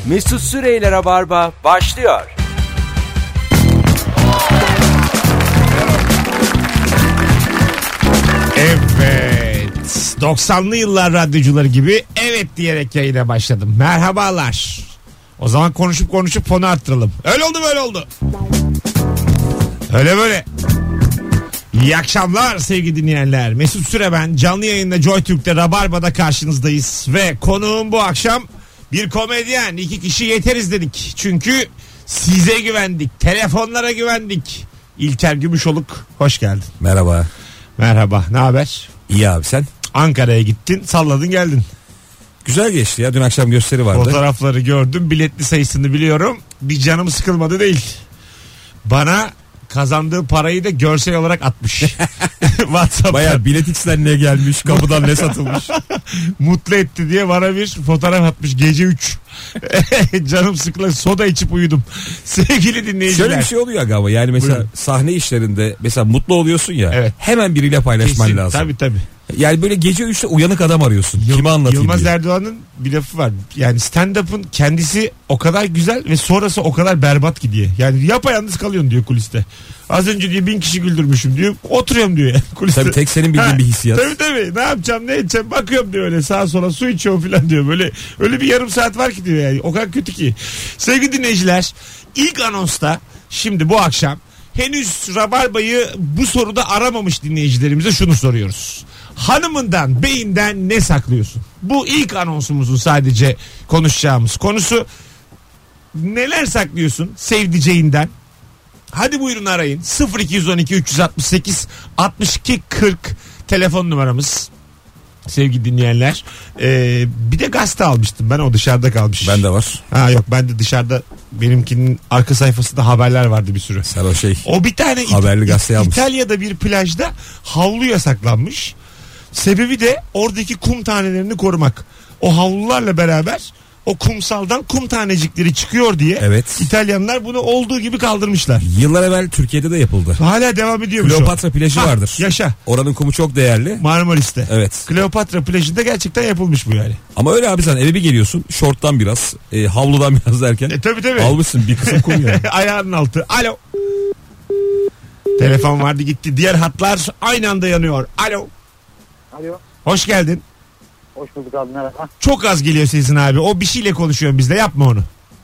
Mesut Süreyler'e Barba başlıyor. Evet, 90'lı yıllar radyocuları gibi evet diyerek yayına başladım. Merhabalar. O zaman konuşup fonu arttıralım. Öyle oldu böyle oldu. Öyle böyle. İyi akşamlar sevgili dinleyenler. Mesut Süre ben. Canlı yayında JoyTürk'te Rabarba'da karşınızdayız. Ve konuğum bu akşam bir komedyen. 2 kişi yeteriz dedik. Çünkü size güvendik. Telefonlara güvendik. İlker Gümüşoluk hoş geldin. Merhaba. Merhaba, ne haber? İyi abi sen? Ankara'ya gittin, salladın geldin. Güzel geçti ya, dün akşam gösteri vardı. Fotoğrafları gördüm, biletli sayısını biliyorum. Bir canım sıkılmadı değil. Bana kazandığı parayı da görsel olarak atmış. WhatsApp'ta. Baya Bilet X'den ne gelmiş, kapıdan ne satılmış. Mutlu etti diye bana bir fotoğraf atmış gece 3. Canım sıkıldı, soda içip uyudum. Sevgili dinleyiciler. Şöyle bir şey oluyor galiba, yani mesela buyurun. Sahne işlerinde mesela mutlu oluyorsun ya. Evet. Hemen biriyle paylaşman kesin, lazım. Tabii. Yani böyle gece 3'te uyanık adam arıyorsun. Kime anlatayım Yılmaz diye. Erdoğan'ın bir lafı var. Yani stand-up'ın kendisi o kadar güzel ve sonrası o kadar berbat ki diye. Yani yapayalnız kalıyorsun diyor kuliste. Az önce diyor 1000 kişi güldürmüşüm diyor. Oturuyorum diyor yani kuliste. Tabii tek senin bildiğin bir hissiyat. Tabii. Ne yapacağım ne edeceğim bakıyorum diyor öyle sağa sola su içiyorum falan diyor. Böyle öyle bir yarım saat var ki diyor yani. O kadar kötü ki. Sevgili dinleyiciler, ilk anonsta şimdi bu akşam henüz Rabarba'yı bu soruda aramamış dinleyicilerimize şunu soruyoruz. Hanımından, beyinden ne saklıyorsun? Bu ilk anonsumuzun sadece konuşacağımız konusu. Neler saklıyorsun sevdiceğinden? Hadi buyurun arayın. 0212 368 62 40 telefon numaramız. Sevgili dinleyenler. Bir de gazete almıştım ben, o dışarıda kalmış. Ben de var. Ha yok, ben de dışarıda, benimkinin arka sayfasında haberler vardı bir sürü. Sen o şey. O bir tane haberli gazete almış. İtalya'da bir plajda havlu yasaklanmış. Sebebi de oradaki kum tanelerini korumak. O havlularla beraber o kumsaldan kum tanecikleri çıkıyor diye. Evet. İtalyanlar bunu olduğu gibi kaldırmışlar. Yıllar evvel Türkiye'de de yapıldı. Hala devam ediyormuş. Kleopatra plajı vardır. Yaşa. Oranın kumu çok değerli. Marmaris'te. Evet. Kleopatra plajında gerçekten yapılmış bu yani. Ama öyle abi, sen eve bir geliyorsun, şorttan biraz, havludan biraz derken. Tabii. Almışsın bir kısım kum yani. Ayağının altı. Alo. Telefon vardı gitti. Diğer hatlar aynı anda yanıyor. Alo. Alo. Hoş geldin. Hoş bulduk abi, merhaba. Çok az geliyor sesin abi. O bir şeyle konuşuyorum bizde. Yapma onu.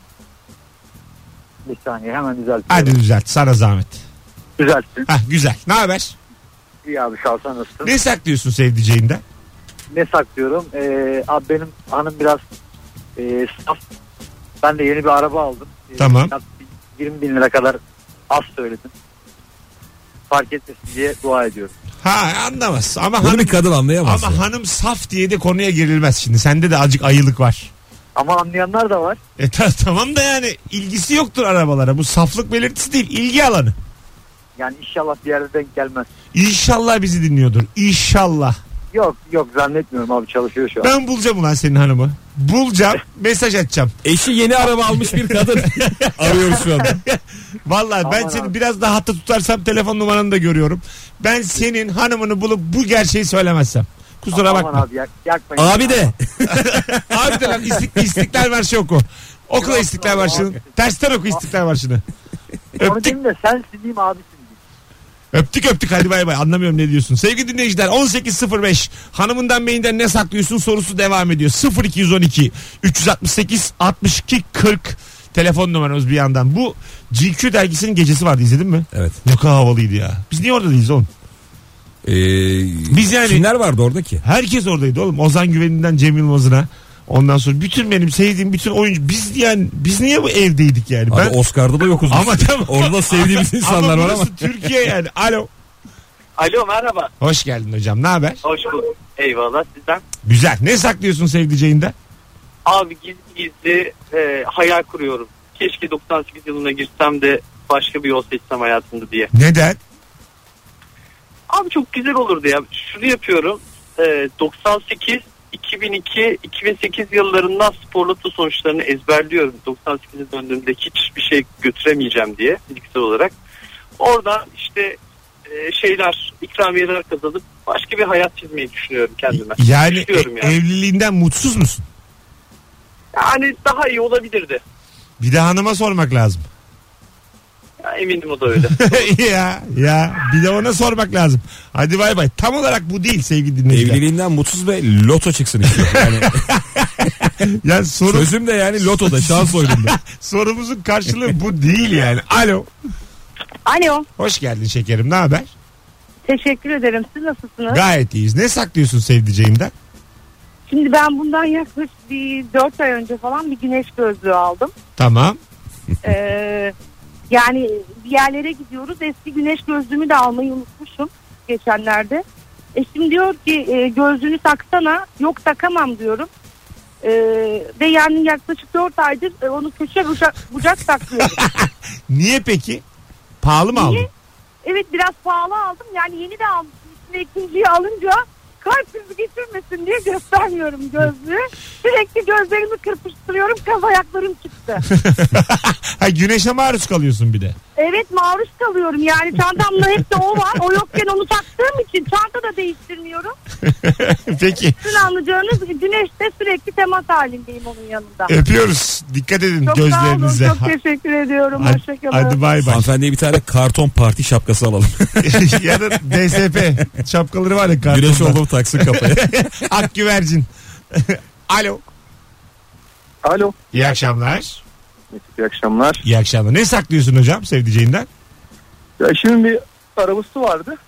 Bir saniye hemen düzeltiyorum. Hadi düzelt. Sana zahmet. Düzelttim. Hah, güzel. Ne haber? İyi abi, sağ ol, sen nasılsın? Ne saklıyorsun sevdiceğinden? Ne saklıyorum? Abi benim hanım biraz saf. Ben de yeni bir araba aldım. Tamam. 20 bin lira kadar az söyledim. Fark etmesin diye dua ediyorum. Ha, anlamaz. Ama Bunu hanım, bir kadın anlayamaz. ama hanım saf diye de konuya girilmez şimdi. Sende de azıcık ayılık var. Ama anlayanlar da var. Tamam da yani ilgisi yoktur arabalara. Bu saflık belirtisi değil, ilgi alanı. Yani inşallah bir yerde denk gelmez. İnşallah bizi dinliyordur. İnşallah. Yok zannetmiyorum abi, çalışıyor şu an. Ben bulacağım ulan senin hanımı. Bulacağım, mesaj atacağım. Eşi yeni araba almış bir kadın arıyoruz şu anda. Vallahi ben Aman seni abi, biraz daha hatta tutarsam telefon numaranı da görüyorum. Ben senin hanımını bulup bu gerçeği söylemezsem. Kusura bakma. Aman abi yakmayın. Abi de. Abi de lan İstiklal Marşı oku. Oku da İstiklal Marşı'nı. Tersten oku İstiklal Marşı'nı. Onu Öptük. diyeyim de sensin diyeyim, abisin diyeyim. Öptük hadi bay bay, anlamıyorum ne diyorsun. Sevgili dinleyiciler, 18.05 hanımından beyinden ne saklıyorsun sorusu devam ediyor. 0212 368 62 40 telefon numaramız bir yandan. Bu GQ dergisinin gecesi vardı, izledin mi? Evet. Ne kadar havalıydı ya. Biz niye orada değiliz oğlum? Biz yani kimler vardı oradaki? herkes oradaydı oğlum. Ozan Güven'inden Cem Yılmaz'ına. Ondan sonra bütün benim sevdiğim bütün oyuncu, biz niye bu evdeydik yani? Abi Oscar'da da yokuz. Ama tamam. Orada da sevdiğimiz insanlar var ama. Türkiye yani. Alo. Alo, merhaba. Hoş geldin hocam. Ne haber? Hoş bulduk. Eyvallah, sizden. Güzel. Ne saklıyorsun sevdiceğinden? Abi gizli hayal kuruyorum. Keşke 98 yılına girsem de başka bir yol seçsem hayatımda diye. Neden? Abi çok güzel olurdu ya. Şunu yapıyorum. 98, 2002, 2008 yıllarından spor loto sonuçlarını ezberliyorum. 98'e döndüğümde hiçbir şey götüremeyeceğim diye bilgisayar olarak. Oradan işte ikramiyeler kazanıp başka bir hayat çizmeyi düşünüyorum kendime. Yani Düşünüyorum yani. evliliğinden mutsuz musun? Yani daha iyi olabilirdi. Bir de hanıma sormak lazım. Ya, eminim o da öyle. ya bir de ona sormak lazım. Hadi bay bay. Tam olarak bu değil sevgili dinleyiciler. Evliliğinden mutsuz ve loto çıksın istiyor. Yani Yani çözüm de yani lotoda, şans oyununda. Sorumuzun karşılığı bu değil yani. Alo. Alo. Hoş geldin şekerim. Ne haber? Teşekkür ederim. Siz nasılsınız? Gayet iyiyiz. Ne saklıyorsun sevdiceğimden? Şimdi ben bundan yaklaşık bir 4 ay önce falan bir güneş gözlüğü aldım. Tamam. Yani bir yerlere gidiyoruz. Eski güneş gözlüğümü de almayı unutmuşum geçenlerde. Eşim diyor ki gözlüğünü taksana. Yok takamam diyorum. Ve yani yaklaşık 4 aydır onu köşe bucak saklıyorum. Niye peki? Pahalı mı aldın? Evet, biraz pahalı aldım. Yani yeni de almıştım. İçine ikinciyi alınca kalp krizi geçirmesin diye göstermiyorum gözlüğü. Sürekli gözlerimi kırpıştırıyorum. Kaz ayaklarım çıktı. Ha, güneşe maruz kalıyorsun bir de. Evet, maruz kalıyorum. Yani çantamda hep de o var. O yokken onu taktığım için çanta da değiştirmiyorum. Peki. Sizin anlayacağınız güneşte sürekli temas halindeyim onun yanında. Öpüyoruz. Dikkat edin Çok gözlerinize. sağ olun. Çok teşekkür ediyorum. Hoşçakalın. Hadi bay bay. Hanımefendiye bir tane karton parti şapkası alalım. Ya da DSP şapkaları var ya kartonda. Güneş oldum taksın kafaya. Ak güvercin. Alo. Alo. İyi akşamlar. İyi akşamlar. İyi akşamlar. Ne saklıyorsun hocam sevdiceğinden? Ya şimdi bir arabası vardı.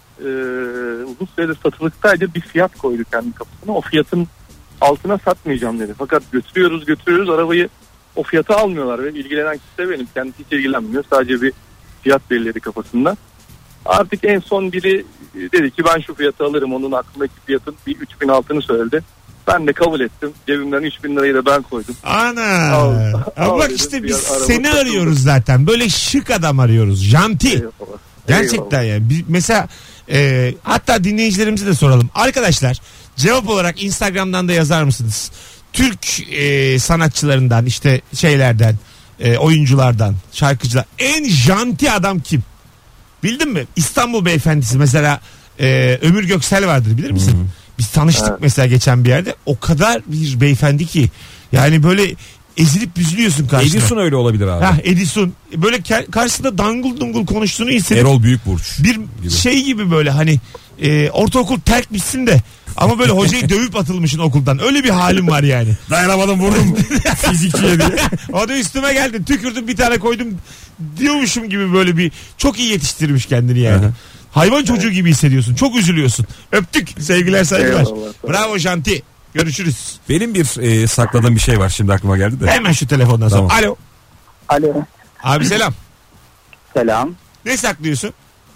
Uzun süredir satılıktaydı. Bir fiyat koydu kendi kapısına. O fiyatın altına satmayacağım dedi. Fakat götürüyoruz arabayı, o fiyatı almıyorlar ve ilgilenen kişi de benim. Kendisi hiç ilgilenmiyor. Sadece bir fiyat belirledi kafasında. Artık en son biri dedi ki ben şu fiyatı alırım. Onun aklındaki fiyatın bir 3.000 altını söyledi. Ben de kabul ettim. Cebimden 3.000 lirayı da ben koydum. Ana. Al Bak dedim, işte biz araba seni satıldı. arıyoruz zaten. Böyle şık adam arıyoruz. Janti. Eyvallah. Gerçekten Eyvallah. yani. Mesela hatta dinleyicilerimize de soralım. Arkadaşlar cevap olarak Instagram'dan da yazar mısınız? Türk sanatçılarından, işte şeylerden, oyunculardan, şarkıcılar. En janti adam kim? Bildin mi? İstanbul beyefendisi mesela Ömür Göksel vardır, bilir misin? Hı-hı. Biz tanıştık mesela geçen bir yerde. O kadar bir beyefendi ki yani böyle ezilip büzülüyorsun karşısına. Edison öyle olabilir abi. Edison. Böyle karşısında dangul dungul konuştuğunu hissedip. Erol Büyükburç. Bir gibi. şey gibi böyle hani ortaokul terkmişsin de ama böyle hocayı dövüp atılmışsın okuldan. Öyle bir halim var yani. Dayanamadım, vurdum fizikçiye diye. O da üstüme geldi, tükürdüm bir tane koydum diyormuşum gibi, böyle bir çok iyi yetiştirmiş kendini yani. Hı-hı. Hayvan çocuğu gibi hissediyorsun. Çok üzülüyorsun. Öptük. Sevgiler, saygılar. Eyvallah. Bravo Janti. Görüşürüz. Benim bir sakladığım bir şey var, şimdi aklıma geldi de. Hemen şu telefondan sonra. Tamam. Alo. Alo. Abi selam. Selam. Ne saklıyorsun?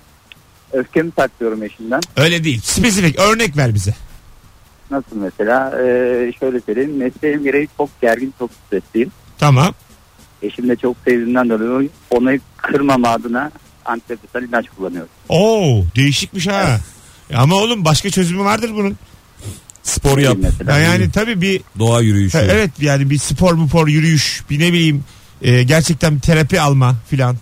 Öfkemi saklıyorum eşimden. Öyle değil. Spesifik örnek ver bize. Nasıl mesela? Şöyle söyleyeyim. Mesleğim gereği çok gergin, çok stresliyim. Tamam. Eşim de çok sevdiğinden dolayı onu kırmama adına antidepresan ilaç kullanıyorum. Oo, değişikmiş ha. Ama oğlum başka çözümü vardır bunun. Spor yap. Mesela. Yani tabii bir Doğa yürüyüşü. evet yani bir spor, yürüyüş, bir ne bileyim gerçekten bir terapi alma filan.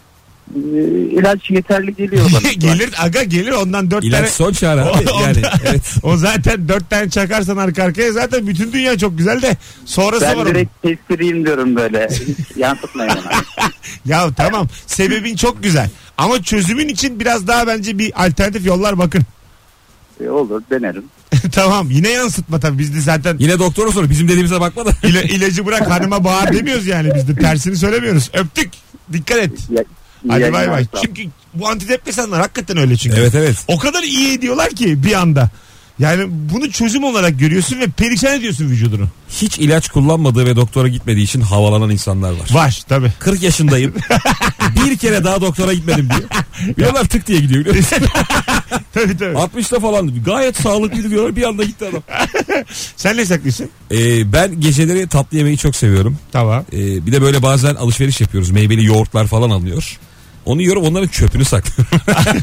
İlaç yeterli geliyor bana. Gelir aga, gelir ondan 4 İlaç tane. son çare abi. Yani, evet. O zaten 4 tane çakarsan arka arkaya zaten bütün dünya çok güzel de sonrası var Ben onun. direkt kestireyim diyorum böyle. Hiç yansıtmayın ona. Ya tamam, sebebin çok güzel ama çözümün için biraz daha bence bir alternatif yollar bakın. Olur, denerim. Tamam, yine yansıtma tabii, biz de zaten Yine doktora sor, bizim dediğimize bakma da. ilacı bırak hanıma bağır demiyoruz yani, biz de tersini söylemiyoruz. Öptük, dikkat et. Hadi bay bay. Çünkü bu antidepresanlar hakikaten öyle çünkü. Evet. O kadar iyi ediyorlar ki bir anda. Yani bunu çözüm olarak görüyorsun ve perişan ediyorsun vücudunu. Hiç ilaç kullanmadığı ve doktora gitmediği için havalanan insanlar var. Var tabii. 40 yaşındayım. Bir kere daha doktora gitmedim diyor. Biliyorlar, tık diye gidiyor, biliyor musun? Tabii. 60'ta falan gayet sağlıklıydı diyorlar, bir anda gitti adam. Sen ne saklıyorsun? Ben geceleri tatlı yemeyi çok seviyorum. Tamam. Bir de böyle bazen alışveriş yapıyoruz. Meyveli yoğurtlar falan alınıyor. Onu yiyorum, onların çöpünü saklıyorum.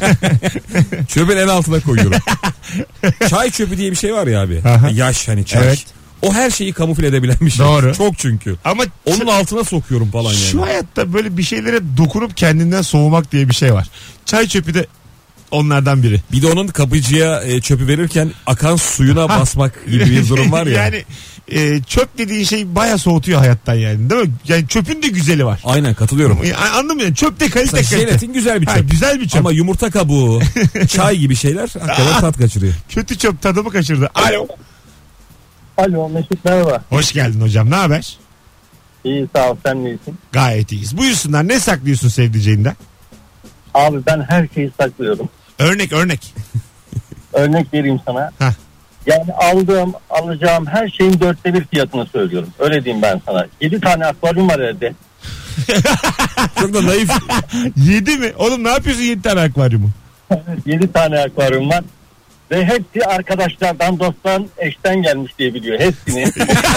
Çöpün en altına koyuyorum. Çay çöpü diye bir şey var ya abi. Aha. Yaş hani çay. Evet. O her şeyi kamufle edebilen bir şey. Doğru. Çok çünkü. Ama Onun altına sokuyorum falan yani. şu hayatta böyle bir şeylere dokunup kendinden soğumak diye bir şey var. Çay çöpü de onlardan biri. Bir de onun kapıcıya çöpü verirken akan suyuna basmak gibi bir durum var ya. Yani çöp dediğin şey baya soğutuyor hayattan yani, değil mi? Yani çöpün de güzeli var. Aynen, katılıyorum. Anladın mı? Yani çöp de kalite. Jelatin güzel bir çöp. Ha, güzel bir çöp. Ama yumurta kabuğu, çay gibi şeyler hakikaten tat kaçırıyor. Kötü çöp tadımı kaçırdı. Alo. Alo Mesut, merhaba. Hoş geldin hocam. Ne haber? İyi, sağ ol, sen iyisin. Gayet iyiyiz. Buyursunlar, ne saklıyorsun sevdiceğinden? Abi ben her şeyi saklıyorum. Örnek. Örnek vereyim sana. Heh. Yani alacağım her şeyin 1/4 fiyatını söylüyorum. Öyle diyeyim ben sana. 7 tane akvaryum var evde. Çok da naif. 7 mi? Oğlum ne yapıyorsun 7 tane akvaryumu? 7 tane akvaryum var. Ve hepsi arkadaşlardan, dosttan, eşten gelmiş diye biliyor. Hepsini.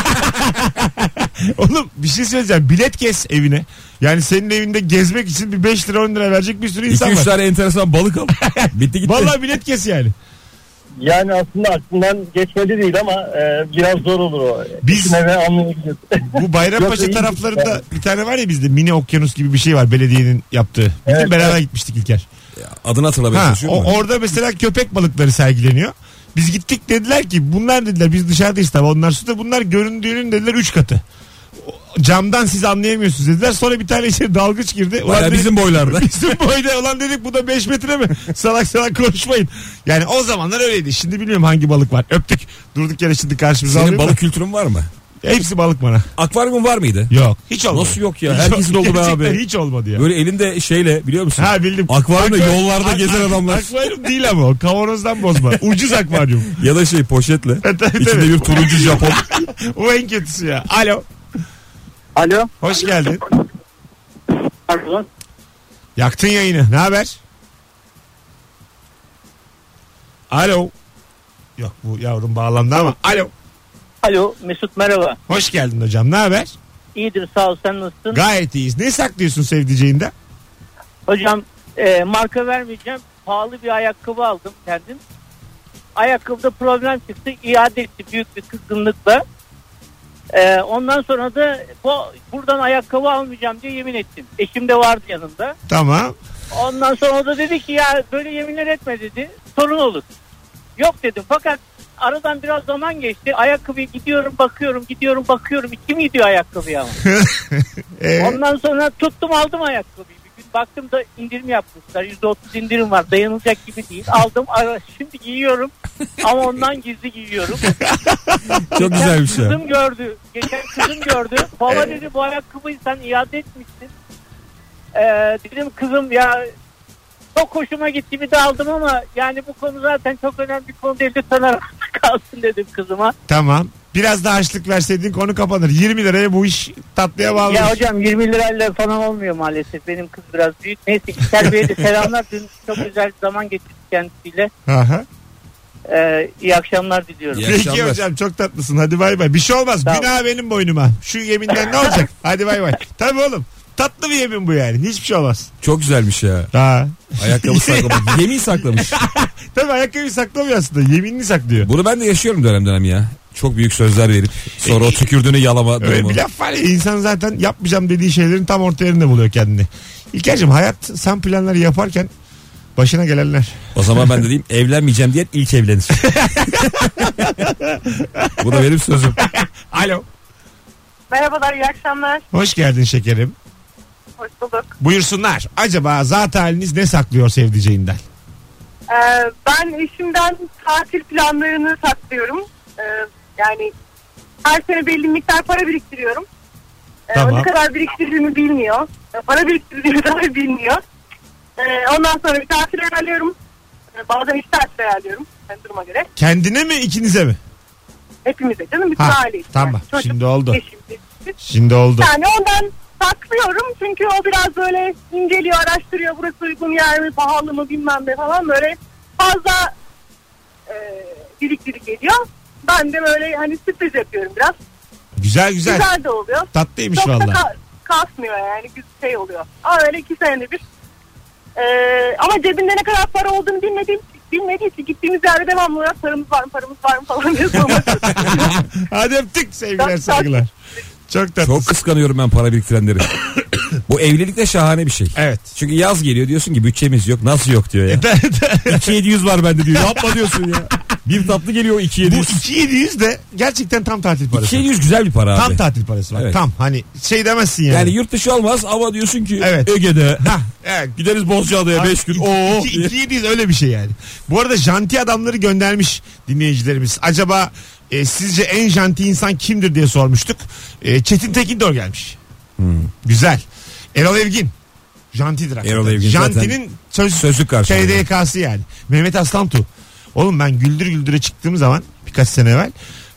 Oğlum bir şey söyleyeceğim. Bilet kes evine. Yani senin evinde gezmek için bir 5 lira 10 lira verecek bir sürü insan 2-3 var. tane enteresan balık al. Bitti gitti. Vallahi bilet kes yani. Yani aslında aklımdan geçmedi değil ama biraz zor olur o. Biz eve anlayabiliriz. bu Bayrampaşa taraflarında bir tane var ya bizde, mini okyanus gibi bir şey var belediyenin yaptığı. Bütün beraber gitmiştik İlker. Adını hatırlamaya çalışıyorum. Orada mesela köpek balıkları sergileniyor. Biz gittik, dediler ki bunlar, dediler biz dışarıdayız tabi, onlar suda, bunlar göründüğünün dediler 3 katı. Camdan siz anlayamıyorsunuz dediler. Sonra bir tane içeri dalgıç girdi. Ulan bizim boylarda. Bizim boyda. Ulan dedik bu da 5 metre mi? Salak konuşmayın. Yani o zamanlar öyleydi. Şimdi bilmiyorum hangi balık var. Öptük. Durduk yere şimdi karşımıza. Senin balık kültürün var mı? Hepsi balık bana. Akvaryumun var mıydı? Yok. Hiç olmadı. Nasıl yok ya? Hiç Herkesin oldu be gerçekten abi. hiç olmadı ya. Böyle elinde şeyle, biliyor musun? Ha bildim. Akvaryumda yollarda gezen adamlar. Akvaryum değil ama o. Kavanozdan bozma. Ucuz akvaryum. Ya da poşetle. Tabii. İçinde bir turuncu Japon. O en kötüsü ya. Alo. Alo. Hoş geldin. Pardon. Yaktın yayını. Ne haber? Alo. Yok, bu yavrum bağlandı ama. Alo. Alo Mesut, merhaba. Hoş geldin hocam. Ne haber? İyidir, sağ ol, sen nasılsın? Gayet iyiyiz. Ne saklıyorsun sevdiceğinde? Hocam marka vermeyeceğim, pahalı bir ayakkabı aldım kendim. Ayakkabıda problem çıktı, iade etti büyük bir kızgınlıkla. Ondan sonra da buradan ayakkabı almayacağım diye yemin ettim. Eşim de vardı yanında. Tamam. Ondan sonra o da dedi ki ya böyle yeminler etme dedi, sorun olur. Yok dedim, fakat aradan biraz zaman geçti. Ayakkabıya gidiyorum bakıyorum. İçim gidiyor ayakkabıya ama. Ondan sonra tuttum aldım ayakkabıyı. Bir gün baktım da indirim yapmışlar. %30 indirim var. Dayanılacak gibi değil. Aldım. Şimdi giyiyorum. Ama ondan gizli giyiyorum. Çok güzel bir şey. Geçen kızım gördü. Baba dedi bu ayakkabıyı sen iade etmişsin. Dedim kızım ya çok hoşuma gitti, bir de aldım ama yani bu konu zaten çok önemli bir konu değil, lütfen kalsın dedim kızıma. Tamam. Biraz daha harçlık verseydin konu kapanır. 20 liraya bu iş tatlıya bağlı. Ya hocam 20 lirayla falan olmuyor maalesef. Benim kız biraz büyük. Neyse, İlker Bey'e de selamlar. Dün çok güzel zaman geçirdik kendisiyle. Aha. İyi akşamlar diliyorum. Peki hocam, çok tatlısın. Hadi bay bay. Bir şey olmaz. Tamam. Günah benim boynuma. Şu yeminden ne olacak? Hadi bay bay. Tabii oğlum. Tatlı bir yemin bu yani. Hiçbir şey olmaz. Çok güzelmiş ya. Ha. Ayakkabı saklamış. Yemin saklamış. Tabii ayakkabıyı saklamıyor aslında. Yeminini saklıyor. Bunu ben de yaşıyorum dönem ya. Çok büyük sözler verip sonra o tükürdüğünü yalama durumu. Öyle bir laf var ya, insan zaten yapmayacağım dediği şeylerin tam orta yerinde buluyor kendini. İlker'cim, hayat sen planları yaparken başına gelenler. O zaman ben de diyeyim, evlenmeyeceğim diyen ilk evlenir. Bu da benim sözüm. Alo. Merhabalar, iyi akşamlar. Hoş geldin şekerim. Hoş bulduk. Buyursunlar. Acaba zat haliniz ne saklıyor sevdiceğinden? Ben eşimden tatil planlarını saklıyorum. Yani her sene belli miktar para biriktiriyorum. Tamam. Ne kadar biriktirdiğimi bilmiyor. Para biriktirdiğimi dahi bilmiyor. Ondan sonra bir tatil ayarlıyorum. Bazen hiç tatil ayarlıyorum. Duruma göre. Kendine mi, ikinize mi? Hepimize canım, bütün aileyiz. Tamam. Çocuk, Şimdi oldu. eşim, Şimdi oldu. yani ondan saklıyorum çünkü o biraz böyle inceliyor, araştırıyor, burası uygun yer mi, pahalı mı, bilmem ne falan, böyle fazla biriktirik geliyor. Ben de böyle hani sürpriz yapıyorum biraz. Güzel. Güzel de oluyor. Tatlıymış çok valla. Çok da kasmıyor yani, güzel oluyor. Ama öyle 2 senede bir. Ama cebinde ne kadar para olduğunu bilmediği için gittiğimiz yerde devamlı olarak paramız var mı falan diye sormak. Hadi öptük, sevgiler saygılar. Çok tatlı. Çok kıskanıyorum ben para biriktirenleri. Bu evlilik de şahane bir şey. Evet. Çünkü yaz geliyor, diyorsun ki bütçemiz yok. Nasıl yok diyor ya. 2700 var bende diyor. Yapma diyorsun ya. Bir tatlı geliyor Bu 2700. 2700 de gerçekten tam tatil parası. 2700 güzel bir para abi. Tam tatil parası var. Evet. Tam hani şey demezsin yani. Yani yurt dışı olmaz ama diyorsun ki Evet. Ege'de. Hah, evet. Gideriz Bozcaada'ya 5 gün. 2700 öyle bir şey yani. Bu arada janti adamları göndermiş dinleyicilerimiz. Acaba sizce en janti insan kimdir diye sormuştuk. Çetin Tekindor gelmiş. Güzel. Erol Evgin. Jantidir hakikaten. Erol Evgin Jantinin sözlük karşılığı. TDK'sı yani. Mehmet Aslantu. Oğlum ben Güldür Güldür'e çıktığım zaman birkaç sene evvel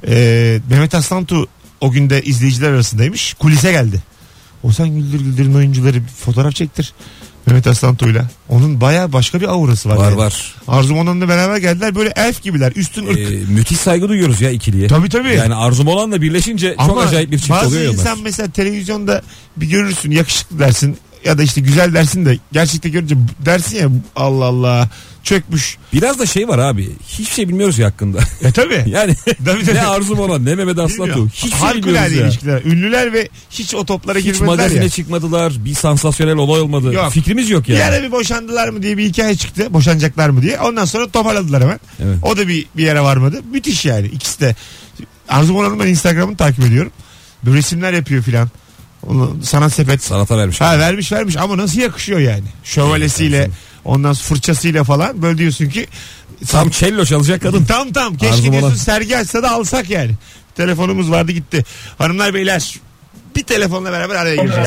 Mehmet Aslantu o günde izleyiciler arasındaymış. Kulise geldi. O sen Güldür Güldür'ün oyuncuları bir fotoğraf çektir. Mehmet Aslantu'yla. Onun bayağı başka bir aurası var. Var yani. var. Arzu Monan'la beraber geldiler. Böyle elf gibiler. Üstün ırk. Müthiş saygı duyuyoruz ya ikiliye. Tabii. Yani Arzu Molan'la birleşince çok acayip bir çift oluyor bazı ya. insan mesela televizyonda bir görürsün yakışıklı dersin ya da işte güzel dersin de gerçekte görünce dersin ya Allah Allah çökmüş. Biraz da şey var abi. Hiçbir şey bilmiyoruz ya hakkında. Tabii. Yani Tabii. ne Arzu Molan ne Mehmet Aslantu. Hiçbir şey Harikulade bilmiyoruz ya. ilişkiler. Ünlüler ve hiç o toplara Hiç girmediler magazine ya. çıkmadılar. Bir sansasyonel olay olmadı. Yok. Fikrimiz yok yani. Bir ara bir boşandılar mı diye bir hikaye çıktı. Boşanacaklar mı diye. Ondan sonra toparladılar hemen. Evet. O da bir yere varmadı. Müthiş yani. İkisi de. Arzu Monan'ın ben Instagram'ını takip ediyorum. Böyle resimler yapıyor filan. Onu sanat sepet. Sanata vermiş. Ha vermiş ama nasıl yakışıyor yani. Şövalesiyle Evet, ondan sonra fırçasıyla falan. Böyle diyorsun ki Tam cello çalacak kadın. Tam. Keşke Arzu diyorsun Molan. sergi açsa da alsak yani. Telefonumuz vardı gitti. Hanımlar beyler bir telefonla beraber araya gireceğiz.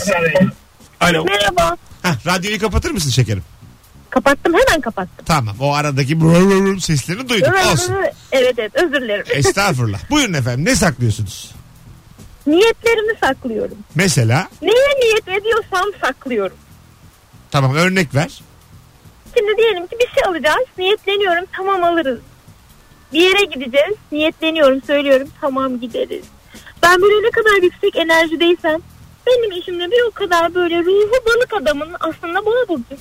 Alo. Merhaba. Radyoyu kapatır mısın şekerim? Kapattım, hemen kapattım. Tamam o aradaki brrrr seslerini duyduk. Olsun. Evet özür dilerim. Estağfurullah. Buyurun efendim ne saklıyorsunuz? Niyetlerimi saklıyorum. Mesela Neye niyet ediyorsam saklıyorum. tamam örnek ver. Şimdi diyelim ki bir şey alacağız. Niyetleniyorum, tamam alırız. Bir yere gideceğiz. Niyetleniyorum, söylüyorum, tamam gideriz. Ben böyle ne kadar yüksek enerjideysem benim işimde bir o kadar böyle ruhu balık adamın aslında boğa burcu.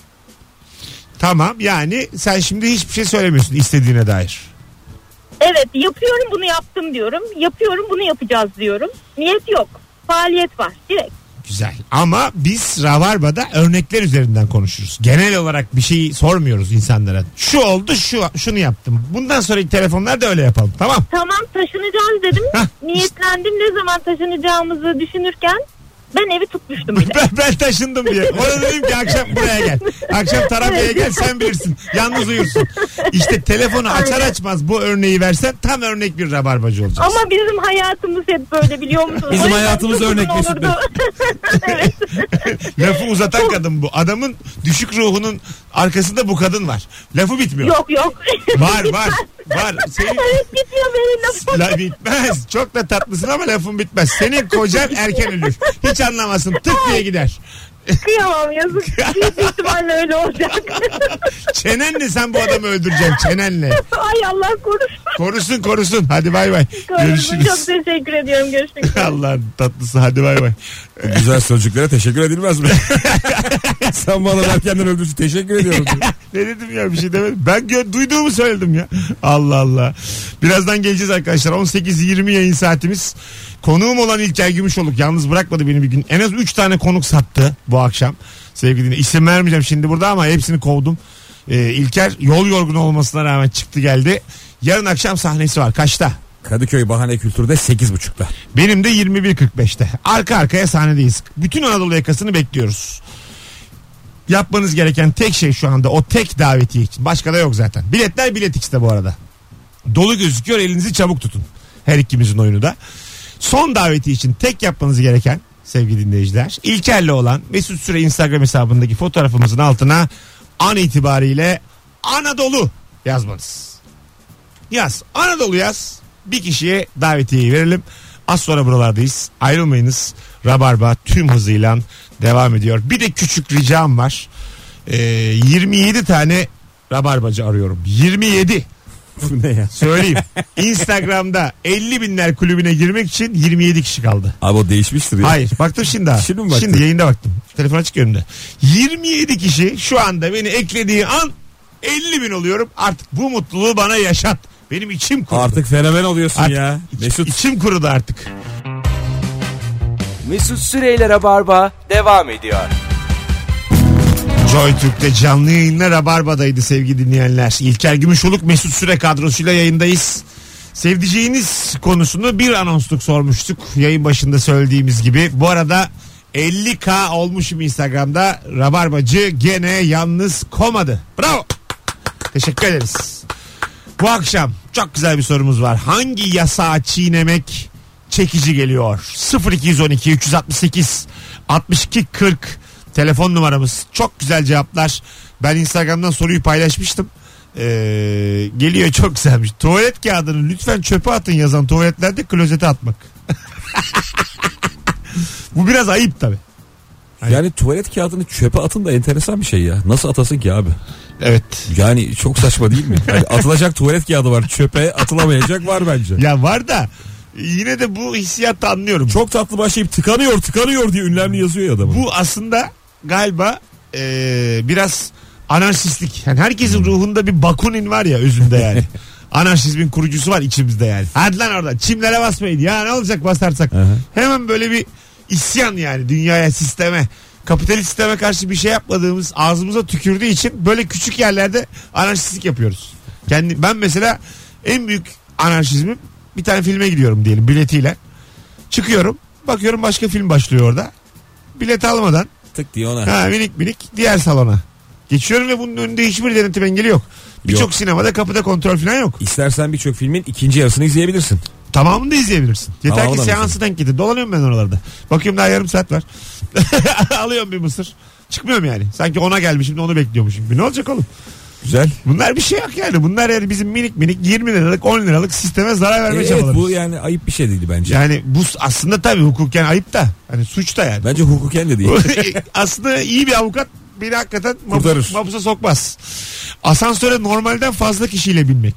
Tamam yani sen şimdi hiçbir şey söylemiyorsun istediğine dair. Evet, yapıyorum bunu yaptım diyorum. Yapıyorum bunu yapacağız diyorum. Niyet yok. Faaliyet var direkt. Güzel ama biz Rabarba'da örnekler üzerinden konuşuruz. Genel olarak bir şeyi sormuyoruz insanlara. Şu oldu şunu yaptım. Bundan sonraki telefonlarda öyle yapalım tamam. Tamam taşınacağız dedim. Niyetlendim, ne zaman taşınacağımızı düşünürken ben evi tutmuştum bile. ben taşındım diye. Ona dedim ki akşam buraya gel. Akşam Tarabya'ya gel sen bilirsin. Yalnız uyursun. İşte telefonu açar açmaz bu örneği versen tam örnek bir rabarbacı olacağız. Ama bizim hayatımız hep böyle biliyor musunuz? Bizim hayatımız örnek Mesut Bey. Evet. Lafı uzatan kadın bu. Adamın düşük ruhunun arkasında bu kadın var. Lafı bitmiyor. Yok. Var. Senin... Evet bitiyor benim lafım. Bitmez. Çok da tatlısın ama lafın bitmez. Senin kocan erken ölür. Hiç anlamazsın. Tık diye gider. Kıyamam yazık. Büyük ihtimalle öyle olacak. Çenenle sen bu adamı öldüreceksin. Çenenle. Ay Allah korusun. Korusun. Hadi bay bay. Görüşürüz. Çok teşekkür ediyorum. Görüşmek üzere. Allah'ın tatlısı. Hadi bay bay. Güzel sözcüklere teşekkür edilmez mi? Sen bana erkenden öldürsün. Teşekkür ediyorum. Ne dedim ya bir şey demedim. Ben duyduğumu söyledim ya. Allah Allah. Birazdan geleceğiz arkadaşlar. 18-20 yayın saatimiz. Konuğum olan İlker Gümüşoluk yalnız bırakmadı beni bir gün. En az 3 tane konuk sattı bu akşam. Sevgili dinleyiciler. İsim vermeyeceğim şimdi burada ama hepsini kovdum. İlker yol yorgun olmasına rağmen çıktı geldi. Yarın akşam sahnesi var. Kaçta? Kadıköy Bahane Kültür'de 8.30'da. Benim de 21.45'te. Arka arkaya sahnedeyiz. Bütün Anadolu yakasını bekliyoruz. Yapmanız gereken tek şey şu anda o tek davetiye için. Başka da yok zaten. Biletler Bilet X'te bu arada. Dolu gözüküyor, elinizi çabuk tutun. Her ikimizin oyunu da. Son davetiye için tek yapmanız gereken sevgili dinleyiciler, İlker'le olan Mesut Süre Instagram hesabındaki fotoğrafımızın altına an itibariyle Anadolu yazmanız. Yaz. Anadolu yaz. Bir kişiye davetiyeyi verelim. Az sonra buralardayız. Ayrılmayınız. Rabarba tüm hızıyla devam ediyor. Bir de küçük ricam var. 27 tane rabarbacı arıyorum. 27. Bu ne ya? Söyleyeyim. Instagram'da 50 binler kulübüne girmek için 27 kişi kaldı. Abi o değişmiştir ya. Hayır baktım şimdi daha. Şimdi mi baktın? Şimdi yayında baktım. Telefon açık önümde. 27 kişi şu anda beni eklediği an 50 bin oluyorum. Artık bu mutluluğu bana yaşat. Benim içim kurudu. Artık fenomen oluyorsun Artık ya. Mesut. İçim kurudu artık. Mesut Süreyler'e barba devam ediyor. Joy Türk'te canlı yayınla Rabarba'daydı sevgili dinleyenler. İlker Gümüşoluk Mesut Süre kadrosuyla yayındayız. Sevdiceğiniz konusunu bir anonsluk sormuştuk. Yayın başında söylediğimiz gibi. Bu arada 50K olmuşum Instagram'da. Rabarbacı gene yalnız komadı. Bravo. Teşekkür ederiz. Bu akşam çok güzel bir sorumuz var. Hangi yasağı çiğnemek çekici geliyor? 0212 368 62 40 telefon numaramız. Çok güzel cevaplar. Ben Instagram'dan soruyu paylaşmıştım. Geliyor, çok güzelmiş. Tuvalet kağıdını lütfen çöpe atın yazan tuvaletlerde klozete atmak. Bu biraz ayıp tabii. Yani tuvalet kağıdını çöpe atın da enteresan bir şey ya. Nasıl atasın ki abi? Evet. Yani çok saçma değil mi? Yani atılacak tuvalet kağıdı var, çöpe atılamayacak var bence. Ya var da yine de bu hissiyatı anlıyorum. Çok tatlı başlayıp tıkanıyor diye ünlemli yazıyor ya adamı. Bu aslında galiba biraz anarşistlik. Yani herkesin ruhunda bir Bakunin var ya özünde yani. Anarşizmin kurucusu var içimizde yani. Hadi lan orada çimlere basmayın ya, ne olacak basarsak. Hemen böyle bir isyan yani dünyaya, sisteme, kapitalist sisteme karşı bir şey yapmadığımız, ağzımıza tükürdüğü için böyle küçük yerlerde anarşistlik yapıyoruz. Ben mesela en büyük anarşizmim, bir tane filme gidiyorum diyelim biletiyle. Çıkıyorum, bakıyorum başka film başlıyor orada. Bilet almadan tık diye ona. Minik diğer salona geçiyorum ve bunun önünde hiçbir denetim engeli yok. Birçok sinemada kapıda kontrol falan yok. İstersen birçok filmin ikinci yarısını izleyebilirsin. Tamamını da izleyebilirsin. Yeter tamamını ki seansı denk getir. Dolanıyorum ben oralarda. Bakıyorum daha yarım saat var. Alıyorum bir mısır. Çıkmıyorum yani. Sanki ona gelmişim de onu bekliyormuşum. Ne olacak oğlum? Güzel. Bunlar bir şey yok yani. Bunlar yani bizim minik 20 liralık 10 liralık sisteme zarar verme çabalarımız. Evet, bu yani ayıp bir şey değildi bence. Yani bu aslında tabii hukuken ayıp da. Hani suç da yani. Bence hukuken de değil. Aslında iyi bir avukat beni hakikaten mapusa sokmaz. Asansöre normalden fazla kişiyle binmek.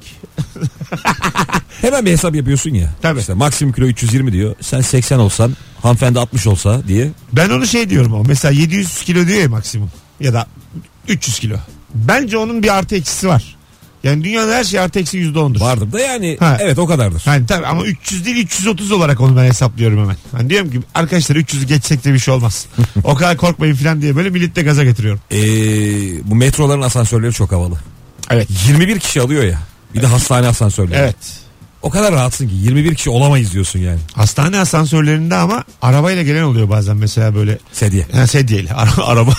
Hemen bir hesap yapıyorsun ya. Tabii. İşte maksimum kilo 320 diyor. Sen 80 olsan, hanımefendi 60 olsa diye. Ben onu diyorum ama mesela 700 kilo diyor ya maksimum. Ya da 300 kilo. Bence onun bir artı eksisi var. Yani dünyada her şey artı eksi %10'dur. Vardır da yani evet o kadardır. Yani tabii ama 300 değil 330 olarak onu ben hesaplıyorum hemen. Hani diyorum ki arkadaşlar 300'ü geçsek de bir şey olmaz. O kadar korkmayın falan diye böyle millette gaza getiriyorum. Bu metroların asansörleri çok havalı. Evet. 21 kişi alıyor ya. Bir de hastane asansörleri. Evet. O kadar rahatsın ki 21 kişi olamayız diyorsun yani. Hastane asansörlerinde ama arabayla gelen oluyor bazen mesela böyle. Sedye. Sedyeyle araba.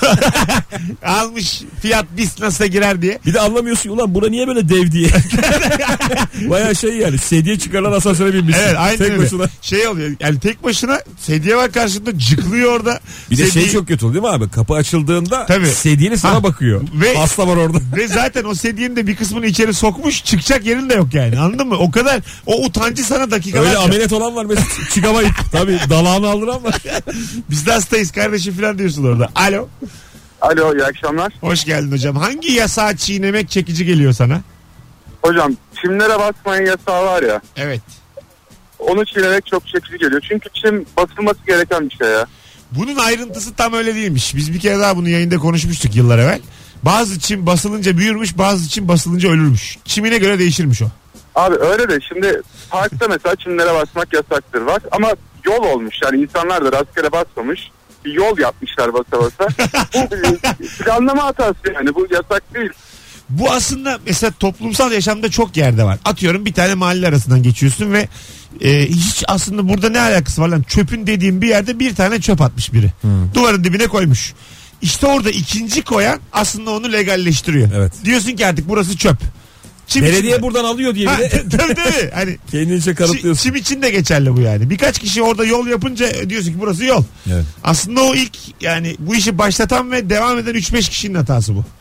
Almış fiyat bis nasıl girer diye. Bir de anlamıyorsun ulan buna niye böyle dev diye. Baya yani sedye çıkarılan asansöre binmişsin. Evet aynen tek öyle. Başına. Oluyor yani tek başına sedye var karşında cıklıyor orada. Bir de çok kötü oldu değil mi abi? Kapı açıldığında tabii. sedyeli sana bakıyor. Ve hasta var orada. Ve zaten o sedyenin de bir kısmını içeri sokmuş, çıkacak yerin de yok yani, anladın mı? O kadar o utancı sana dakikalarca. Öyle ameliyat olan var mesela çıkamayıp tabii dalağını aldıran var. Biz de hastayız kardeşim falan diyorsun orada. Alo. Alo, iyi akşamlar. Hoş geldin hocam. Hangi yasağı çiğnemek çekici geliyor sana? Hocam çimlere basmayın yasağı var ya. Evet. Onu çiğnemek çok çekici geliyor. Çünkü çim basılması gereken bir şey ya. Bunun ayrıntısı tam öyle değilmiş. Biz bir kere daha bunu yayında konuşmuştuk yıllar evvel. Bazı çim basılınca büyürmüş, bazı çim basılınca ölürmüş. Çimine göre değişirmiş o. Abi öyle de şimdi parkta mesela çimlere basmak yasaktır var. Ama yol olmuş yani insanlar da rastgele basmamış. Bir yol yapmışlar basa basa. Bu planlama hatası yani, bu yasak değil. Bu aslında mesela toplumsal yaşamda çok yerde var. Atıyorum bir tane mahalle arasından geçiyorsun ve hiç aslında burada ne alakası var lan? Çöpün dediğim bir yerde bir tane çöp atmış biri. Duvarın dibine koymuş. İşte orada ikinci koyan aslında onu legalleştiriyor. Evet. Diyorsun ki artık burası çöp. Belediye içinde buradan alıyor diye bir de. Tabii. Hani kendince kanıtlıyorsun. Çim için de geçerli bu yani. Birkaç kişi orada yol yapınca diyorsun ki burası yol. Evet. Aslında o ilk yani bu işi başlatan ve devam eden 3-5 kişinin hatası bu.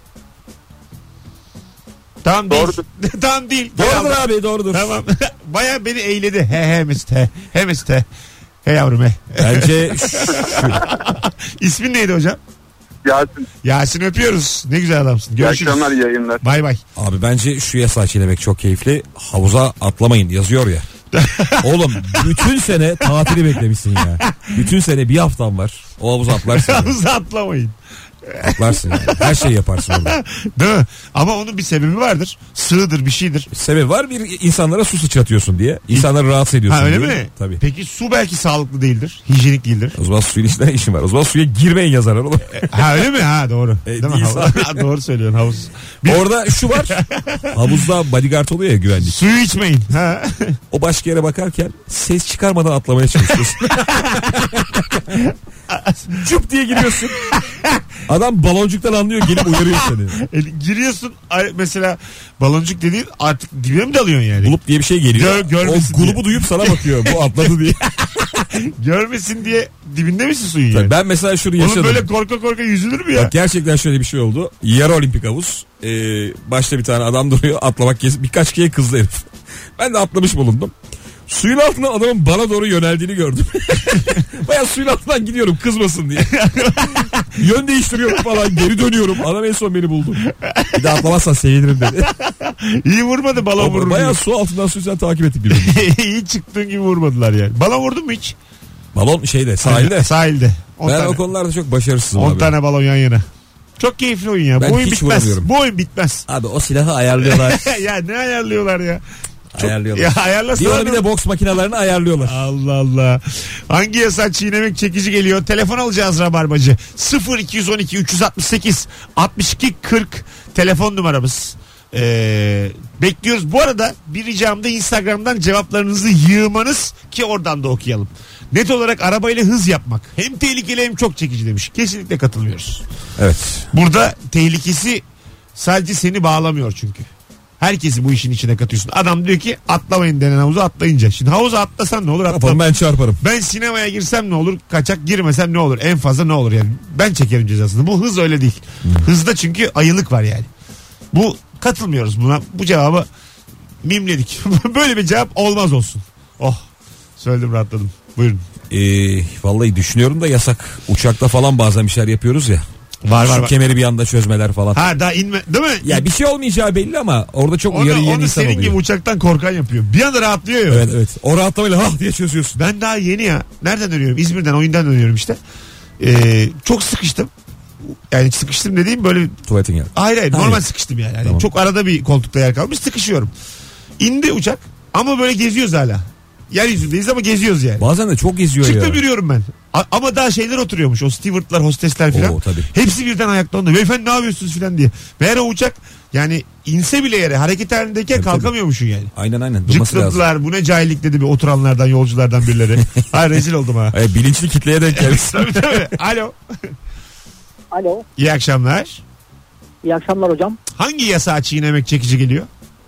Tamam değil. Tamam değil. Doğrudur abi, doğrudur. Tamam. Baya beni eğledi. He Mesut he. He Mesut he. He yavrum he. Bence İsmin neydi hocam? Yasin. Yasin öpüyoruz. Ne güzel adamsın. Görüşürüz. İyi akşamlar, iyi yayınlar. Bay bay. Abi bence şu yasağı çiğnemek çok keyifli. Havuza atlamayın yazıyor ya. Oğlum bütün sene tatili beklemişsin ya. Bütün sene bir haftan var. O havuza atlarsın. Havuza atlamayın. Atlarsın yani. Her şeyi yaparsın orada. Değil mi? Ama onun bir sebebi vardır. Sığdır, bir şeydir. Sebebi var, bir insanlara su sıçratıyorsun diye. İnsanları rahatsız ediyorsun Ha, öyle diye. mi? Tabii. Peki su belki sağlıklı değildir. Hijyenik değildir. O zaman suyun içinde işin var. O zaman suya girmeyin yazar oğlum. Ha öyle mi? Ha doğru. Değil mi? değilse Ha, doğru söylüyorsun, havuz. Orada şu var. Havuzda bodyguard oluyor ya, güvenlik. Suyu içmeyin. Ha. O başka yere bakarken ses çıkarmadan atlamaya çalışıyorsun. Cüp diye giriyorsun. Adam baloncuktan anlıyor, gelip uyarıyor seni. Giriyorsun mesela, baloncuk dediğin artık dibine mi dalıyorsun yani? Gulup diye bir şey geliyor. Görmesin o gulubu duyup sana bakıyor. Bu atladı diye. Görmesin diye dibinde misin suyun Tabii yani? ben mesela şunu yaşadım. Oğlum böyle korka korka yüzülür mü ya? Bak gerçekten şöyle bir şey oldu. Yarı olimpik havuz. Başta bir tane adam duruyor. Atlamak birkaç kere kızdı herif. Ben de atlamış bulundum. Suyun altından adamın bana doğru yöneldiğini gördüm. Baya suyun altından gidiyorum kızmasın diye. Yön değiştiriyorum falan, geri dönüyorum. Adam en son beni buldu. Bir de atlamazsan sevinirim dedi. İyi vurmadı, balon vurur. Baya su altından suyla takip ettik birbirini. İyi çıktığın gibi vurmadılar yani. Balon vurdun mu hiç? Balon sahilde. Sahilde. Ben o konularda çok başarısızım 10 abi. tane balon yan yana. Çok keyifli oyun ya. Ben Bu oyun hiç bitmez. vuramıyorum. Bu oyun bitmez. Abi o silahı ayarlıyorlar. Ya ne ayarlıyorlar ya? Ayarlıyorlar. Ya ayarlasana. Bir onu bir de boks makinelerini ayarlıyorlar. Allah Allah. Hangi yasak çiğnemek çekici geliyor? Telefon alacağız Rabarbacı. 0212 368 62 40 telefon numaramız. Bekliyoruz. Bu arada bir ricam da Instagram'dan cevaplarınızı yığmanız ki oradan da okuyalım. Net olarak arabayla hız yapmak hem tehlikeli hem çok çekici demiş. Kesinlikle katılmıyoruz. Evet. Burada tehlikesi sadece seni bağlamıyor çünkü. Herkesi bu işin içine katıyorsun. Adam diyor ki atlamayın denen havuza atlayınca. Şimdi havuza atlasan ne olur? Kafamı ben çarparım. Ben sinemaya girsem ne olur? Kaçak girmesem ne olur? En fazla ne olur yani? Ben çekerim cezasını. Bu hız öyle değil. Hızda çünkü ayılık var yani. Bu katılmıyoruz buna. Bu cevabı mimledik. Böyle bir cevap olmaz olsun. Oh. Söyledim, rahatladım. Buyurun. Vallahi düşünüyorum da yasak. Uçakta falan bazen bir şeyler yapıyoruz ya. Var. Kemeri bir anda çözmeler falan. Ha daha inme değil mi? Ya bir şey olmayacağı belli ama orada çok uyarı yiyen onu insan senin oluyor. gibi uçaktan korkan yapıyor. Bir anda rahatlıyor ya. Evet. O rahatlamayla hah diye çözüyorsun. Ben daha yeni ya. Nereden dönüyorum? İzmir'den, oyundan dönüyorum işte. Çok sıkıştım. Yani sıkıştım dediğim böyle. Tuvaletin geldi. Hayır normal sıkıştım yani. Tamam. Çok arada bir koltukta yer kalmış, sıkışıyorum. İndi uçak ama böyle geziyoruz hala. Yeryüzündeyiz ama geziyoruz yani. Bazen de çok geziyor Çıktım, ya. yürüyorum ben. Ama daha şeyler oturuyormuş. O stewardlar, hostesler falan. Oo, tabii. Hepsi birden ayakta onda. Beyefendi ne yapıyorsunuz falan diye. Meğer o uçak yani inse bile yere hareket halindeyken Tabii, kalkamıyormuşsun yani. Aynen. Durması lazım. Cıkladılar. Bu ne cahillik dedi bir oturanlardan, yolculardan birileri. Hayır, rezil oldum ha. Bilinçli kitleye denk gelmiş. Tabii. Alo. Alo. İyi akşamlar. İyi akşamlar hocam. Hangi yasağı çiğnemek çekici geliyor?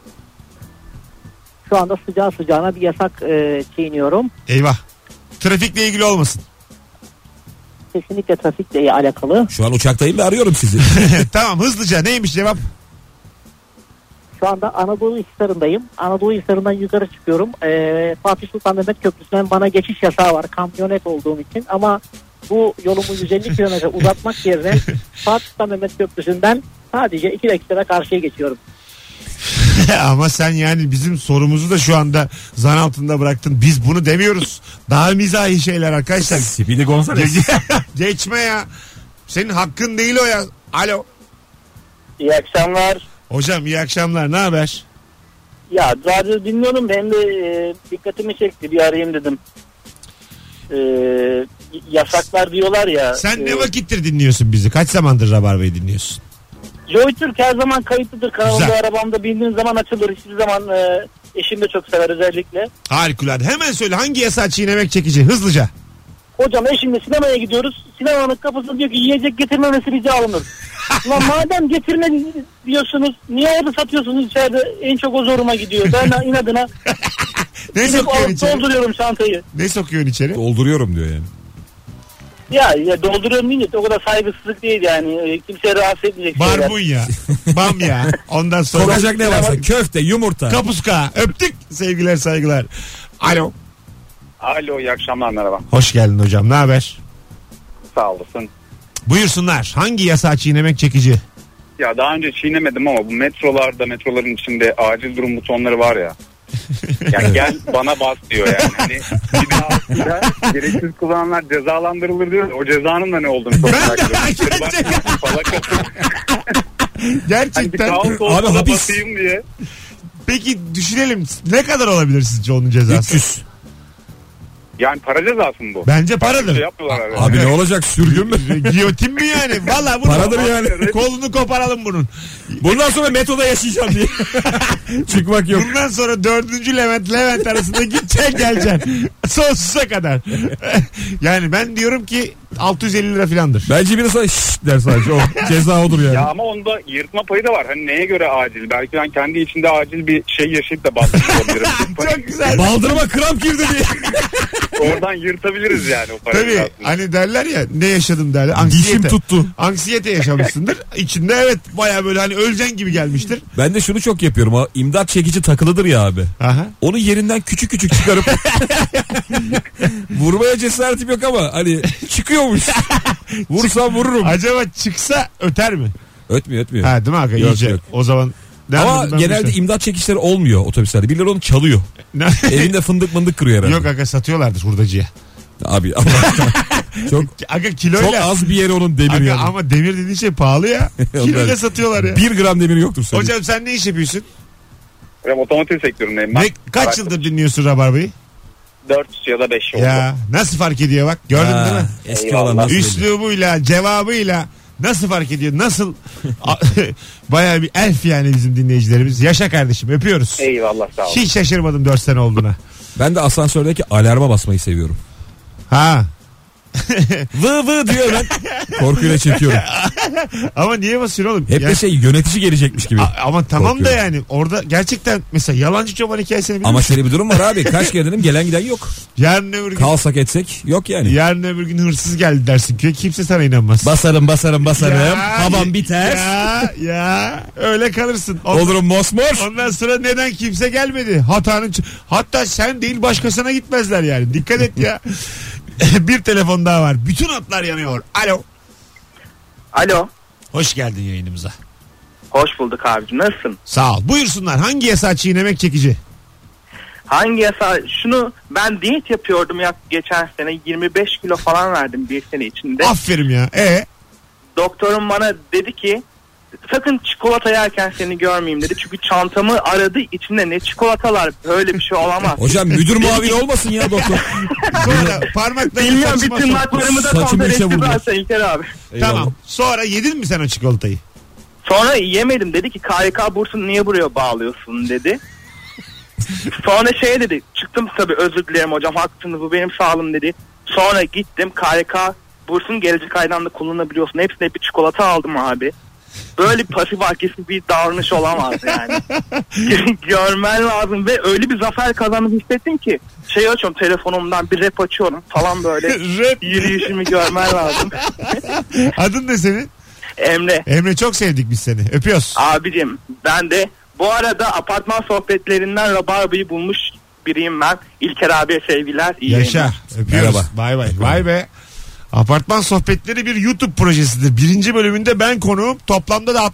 Şu anda sıcağı sıcağına bir yasak çiğniyorum. Eyvah. Trafikle ilgili olmasın. Kesinlikle trafikle alakalı. Şu an uçaktayım ve arıyorum sizi. Tamam, hızlıca neymiş cevap? Şu anda Anadolu Hisarı'ndayım. Anadolu Hisarı'ndan yukarı çıkıyorum. Fatih Sultan Mehmet Köprüsü'nden bana geçiş yasağı var kamyonet olduğum için. Ama bu yolumu 150 kilometre uzatmak yerine Fatih Sultan Mehmet Köprüsü'nden sadece 2 dakikada karşıya geçiyorum. Ama sen yani bizim sorumuzu da şu anda zan altında bıraktın. Biz bunu demiyoruz. Daha mizahi şeyler arkadaşlar. Speedy Gonzales. Geçme ya. Senin hakkın değil o ya. Alo. İyi akşamlar. Hocam iyi akşamlar. Ne haber? Ya radyo dinliyorum, hem de dikkatimi çekti, bir arayayım dedim. Yasaklar diyorlar ya. Sen ne vakittir dinliyorsun bizi? Kaç zamandır Rabarba'yı dinliyorsun? Joy Türk her zaman kayıtlıdır. Kanalımda, Güzel. arabamda bindiğin zaman açılır. Hiçbir zaman eşim de çok sever özellikle. Harikulade. Hemen söyle, hangi yasağı çiğnemek çekici? Hızlıca. Hocam eşimle sinemaya gidiyoruz. Sinemanın kapısında diyor ki yiyecek getirmemesi rica alınır. Ulan madem getirme diyorsunuz, niye orada satıyorsunuz içeride? En çok o zoruma gidiyor. Ben inadına Ne sokuyorsun içeri? dolduruyorum çantayı. Ne sokuyorsun içeri? Dolduruyorum diyor yani. Ya dolduruyorum deyince o kadar saygısızlık değil yani. Kimseye rahatsız etmeyecek şeyler. Barbunya. Bamya. Ondan sonra. Kokacak ne varsa köfte, yumurta. Kapuska. Öptük. Sevgiler, saygılar. Alo. Alo, iyi akşamlar, merhaba. Hoş geldin hocam. Ne haber? Sağ olasın. Buyursunlar. Hangi yasağı çiğnemek çekici? Ya daha önce çiğnemedim ama bu metroların içinde acil durum butonları var ya. Yani gel bana bas diyor yani. Hani bir daha aslında gereksiz kullananlar cezalandırılır diyor. O cezanın da ne olduğunu çok merak ediyorum. Gerçekten. Hani abi hapis. Basayım diye. Peki düşünelim, ne kadar olabilir sizce onun cezası? 300. Yani para cezası mı bu? Bence paradır. Şey yapmıyorlar herhalde. Abi ne olacak, sürgün mü? Giyotin mi yani? Valla Paradır yani. Kolunu koparalım bunun. Bundan sonra metoda yaşayacağım diye. Çıkmak yok. Bundan sonra 4. Levent arasında gideceksin geleceksin. Sonsuza kadar. Yani ben diyorum ki 650 lira filandır. Bence biri sana şşş der sadece. O ceza odur yani. Ya ama onda yırtma payı da var. Hani neye göre acil? Belki ben kendi içinde acil bir şey yaşayıp da basmış olabilirim. Çok güzel. Baldırıma kramp girdi diye. Oradan yırtabiliriz yani o parayı. Tabii aslında. hani derler ya, ne yaşadım derler. Dişim tuttu. Anksiyete yaşamışsındır. İçinde evet baya böyle hani öleceksin gibi gelmiştir. Ben de şunu çok yapıyorum. O imdat çekici takılıdır ya abi. Aha. Onu yerinden küçük küçük çıkarıp vurmaya cesaretim yok ama hani çıkıyormuş. Vursam vururum. Acaba çıksa öter mi? Ötmüyor. Ha değil mi aga? Yok, İyice. yok. O zaman Ama genelde imdat çekişleri olmuyor otobüslerde. Birileri onu çalıyor. Elinde fındık mındık kırıyor herhalde. Yok aga, satıyorlardır hurdacıya. Abi Allah'tan. Çok Aga kiloyla. çok az bir yeri onun demir Aga, yani. ama demir dediğin şey pahalı ya. Kiloyla satıyorlar ya. 1 gram demir yoktur senin. Hocam sen ne iş yapıyorsun? Ben otomotiv sektöründeyim ben. Kaç yıldır dinliyorsun Rabarba'yı? 4 ya da 5 oldu. Ya nasıl fark ediyor bak, gördün değil mi? Eski Eyvallah. olan nasıl ediyor? Üslubuyla, cevabıyla nasıl fark ediyor? Nasıl? Bayağı bir elf yani bizim dinleyicilerimiz. Yaşa kardeşim, öpüyoruz. Eyvallah, sağ ol. Hiç şaşırmadım 4 sene olduğuna. Ben de asansördeki alarma basmayı seviyorum. Ha. Vı vı diyor ben. Korkuyla çekiyorum. Ama niye basıyorsun oğlum? Hep de şey, yönetici gelecekmiş gibi. Ama tamam korkuyorum. da yani orada gerçekten mesela yalancı çoban hikayesini biliyor Ama musun? şöyle bir durum var abi. Kaç kere dedim, gelen giden yok. Yarın öbür gün, Kalsak etsek yok yani. yarın öbür gün hırsız geldi dersin ki kimse sana inanmaz. Basarım. Ya, Havam biter. Ya öyle kalırsın. Olurum mosmor. Ondan sonra neden kimse gelmedi? Hatta sen değil başkasına gitmezler yani. Dikkat et ya. Bir telefon daha var. Bütün hatlar yanıyor. Alo. Alo. Hoş geldin yayınımıza. Hoş bulduk abicim. Nasılsın? Sağ ol. Buyursunlar. Hangi yasağı çiğnemek çekici? Hangi yasa? Şunu ben diyet yapıyordum ya geçen sene. 25 kilo falan verdim bir sene içinde. Aferin ya. Doktorum bana dedi ki sakın çikolata yerken seni görmeyeyim dedi. Çünkü çantamı aradı, içinde ne çikolatalar, böyle bir şey olamaz. Hocam müdür muavini olmasın ya doktor. Sonra parmakla Bilmiyorum, bir tırnaklarımı da Saçımı kontrol içe etti vurdu. zaten İlker abi. Tamam. Sonra yedin mi sen o çikolatayı? Sonra yemedim, dedi ki KYK bursunu niye buraya bağlıyorsun dedi. Sonra şey dedi, çıktım tabii, özür dilerim hocam haklısınız, bu benim sağlığım dedi. Sonra gittim KYK bursunu gelecek aydan da kullanabiliyorsun. Hepsine bir çikolata aldım abi. Böyle pasif agresif bir davranış olamaz yani. Görmen lazım ve öyle bir zafer kazandım hissettim ki şey açıyorum telefonumdan, bir rap açıyorum falan böyle. Rap. Yürüyüşümü görmen lazım. Adın ne senin? Emre. Emre, çok sevdik biz seni. Öpüyoruz. Abicim ben de bu arada apartman sohbetlerinden Rabarba'yı bulmuş biriyim ben. İlker abiye sevgiler. İyi Yaşa. yayınlar. Öpüyoruz. Merhaba. Bay bay. Vay be. Apartman sohbetleri bir YouTube projesidir. 1. bölümünde ben konuğum. Toplamda da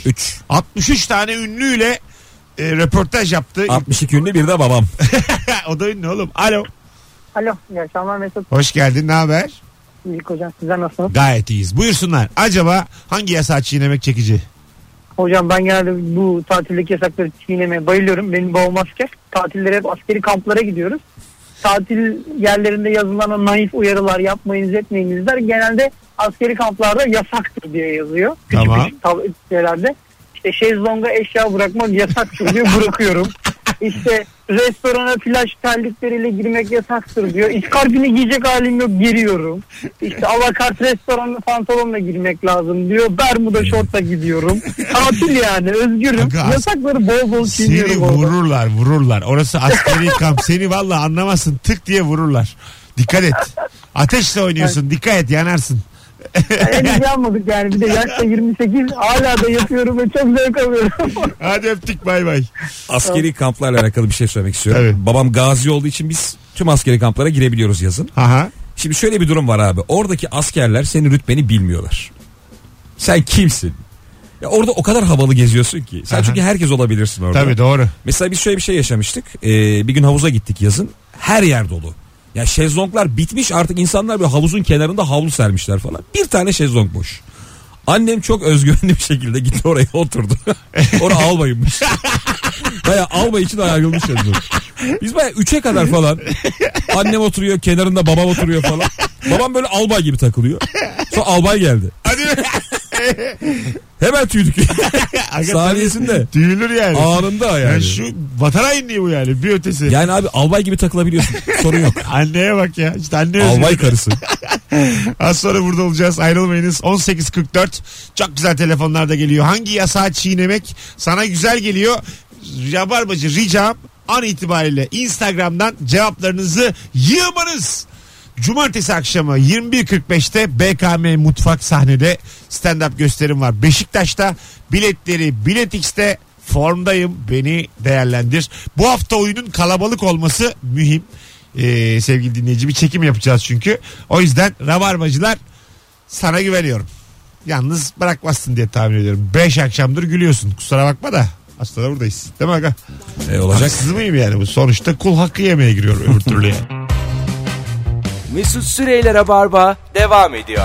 63 tane ünlüyle röportaj yaptı. 62 ünlü bir de babam. O da ünlü oğlum. Alo. Alo, iyi akşamlar Mesut. Hoş geldin. Ne haber? İyilik hocam, sizler nasılsınız? Gayet iyiyiz. Buyursunlar. Acaba hangi yasağı çiğnemek çekici? Hocam ben genelde bu tatildeki yasakları çiğnemeye bayılıyorum. Benim babam asker. Tatillere hep askeri kamplara gidiyoruz. Tatil yerlerinde yazılan o naif uyarılar, yapmayınız etmeyinizler genelde askeri kamplarda yasaktır diye yazıyor. Tamam. Küçük şeylerde. İşte şezlonga eşya bırakmak yasaktır diyor, bırakıyorum. İşte restorana plaj terlikleriyle girmek yasaktır diyor. İskarpini giyecek halim yok, giriyorum. İşte alakart restoranla pantolonla girmek lazım diyor. Bermuda şortla gidiyorum. Tatil yani, özgürüm. Aga, yasakları bol bol Seni çiğniyorum. vururlar. Orası askeri kamp. Seni vallahi anlamazsın. Tık diye vururlar. Dikkat et. Ateşle oynuyorsun. Dikkat et, yanarsın. Henüz yanmadık yani, bir de yaşta 28 hala da yapıyorum ve çok zevk alıyorum. Hadi öptük, bay bay. Askeri kamplarla alakalı bir şey söylemek istiyorum. Evet. Babam gazi olduğu için biz tüm askeri kamplara girebiliyoruz yazın. Aha. Şimdi şöyle bir durum var abi. Oradaki askerler senin rütbeni bilmiyorlar. Sen kimsin? Ya orada o kadar havalı geziyorsun ki. Sen çünkü herkes olabilirsin orada. Tabii doğru. Mesela biz şöyle bir şey yaşamıştık. Bir gün havuza gittik yazın. Her yer dolu. Ya şezlonglar bitmiş, artık insanlar böyle havuzun kenarında havlu sermişler falan. Bir tane şezlong boş. Annem çok özgüvenli bir şekilde gitti oraya oturdu. Orada albaymış. Baya albay için ayrılmış şezlong. Biz baya 3'e kadar falan annem oturuyor kenarında, babam oturuyor falan. Babam böyle albay gibi takılıyor. Sonra albay geldi. Hemen tüydük. Saniyesinde. Tüyülür yani. Anında yani. Şu vatan hainliği bu yani, bir ötesi. Yani abi albay gibi takılabiliyorsun. Sorun yok. Anneye bak ya. İşte anne albay karısı. Az sonra burada olacağız. Ayrılmayınız. 18.44. Çok güzel telefonlar da geliyor. Hangi yasağı çiğnemek sana güzel geliyor? Rabarbacı ricam an itibariyle Instagram'dan cevaplarınızı yığmanız. Cumartesi akşamı 21.45'te BKM Mutfak sahnede stand-up gösterim var. Beşiktaş'ta biletleri Bilet X'te, formdayım, beni değerlendir. Bu hafta oyunun kalabalık olması mühim. Sevgili dinleyici, bir çekim yapacağız çünkü. O yüzden Rabarbacılar, sana güveniyorum. Yalnız bırakmazsın diye tahmin ediyorum. 5 akşamdır gülüyorsun. Kusura bakma da aslında buradayız. Değil mi aga? Olacak. Haksız mıyım yani bu? Sonuçta kul hakkı yemeye giriyor öbür türlü yani. Mesut Süreyler'e barba devam ediyor.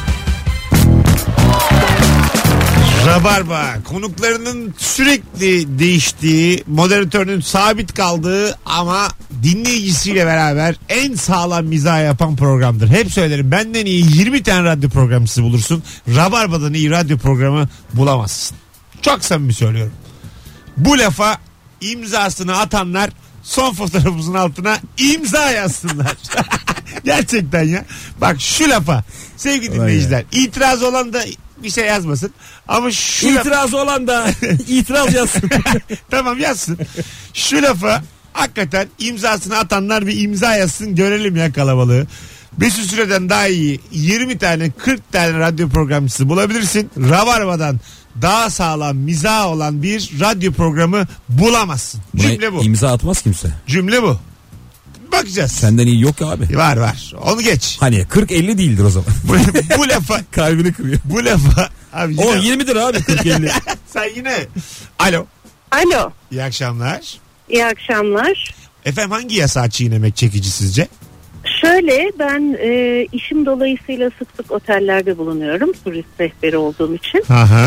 Rabarba konuklarının sürekli değiştiği, moderatörünün sabit kaldığı ama dinleyicisiyle beraber en sağlam mizah yapan programdır. Hep söylerim, benden iyi 20 tane radyo programcısı bulursun. Rabarba'dan iyi radyo programı bulamazsın. Çok samimi söylüyorum. Bu lafa imzasını atanlar son fotoğrafımızın altına imza yazsınlar. Gerçekten ya. Bak şu lafa sevgili dinleyiciler, itiraz olan da bir şey yazmasın. Ama şu itiraz olan da itiraz yazsın. Tamam, yazsın. Şu lafa hakikaten imzasını atanlar bir imza yazsın, görelim ya kalabalığı. Mesut Süre'den daha iyi 20 tane 40 tane radyo programcısı bulabilirsin. Rabarba'dan daha sağlam mizah olan bir radyo programı bulamazsın. Cümle bu. İmza atmaz kimse. Cümle bu. Bakacağız. Senden iyi yok abi. Var. Onu geç. Hani 40-50 değildir o zaman. bu lafa kalbini kırıyor. Bu lafa abi o 20'dir abi 40-50. Sen yine. Alo. Alo. İyi akşamlar. İyi akşamlar. Efendim, hangi yasağı çiğnemek çekici sizce? Şöyle, ben işim dolayısıyla sık sık otellerde bulunuyorum, turist rehberi olduğum için.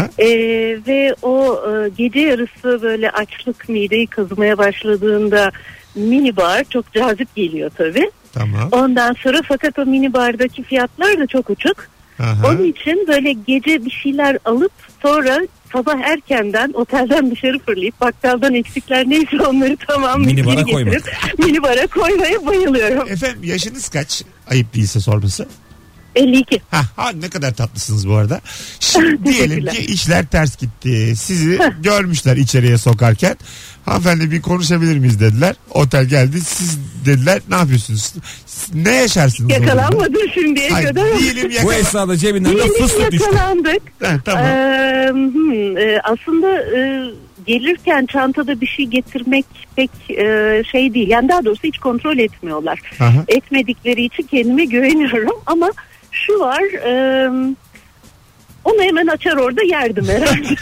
Ve o gece yarısı böyle açlık mideyi kazımaya başladığında minibar çok cazip geliyor tabii. Tamam. Ondan sonra fakat o minibardaki fiyatlar da çok uçuk. Onun için böyle gece bir şeyler alıp sonra sabah erkenden otelden dışarı fırlayıp bakkaldan eksikler neyse onları tamamlayıp geri getirip minibara koymaya bayılıyorum. Efendim, yaşınız kaç? Ayıp değilse sorması. 52. Ne kadar tatlısınız bu arada. Şimdi diyelim ki işler ters gitti. Sizi görmüşler içeriye sokarken. Hanımefendi bir konuşabilir miyiz dediler. Otel geldi. Siz dediler ne yapıyorsunuz? Ne yaşarsınız? Yakalanmadım şimdiye kadar. Bu esnada cebinden de fıstık düştü. Yakalandık. Tamam. Aslında gelirken çantada bir şey getirmek pek şey değil. Yani daha doğrusu hiç kontrol etmiyorlar. Etmedikleri için kendime güveniyorum. Ama şu var... onu hemen açar orada yerdim herhalde.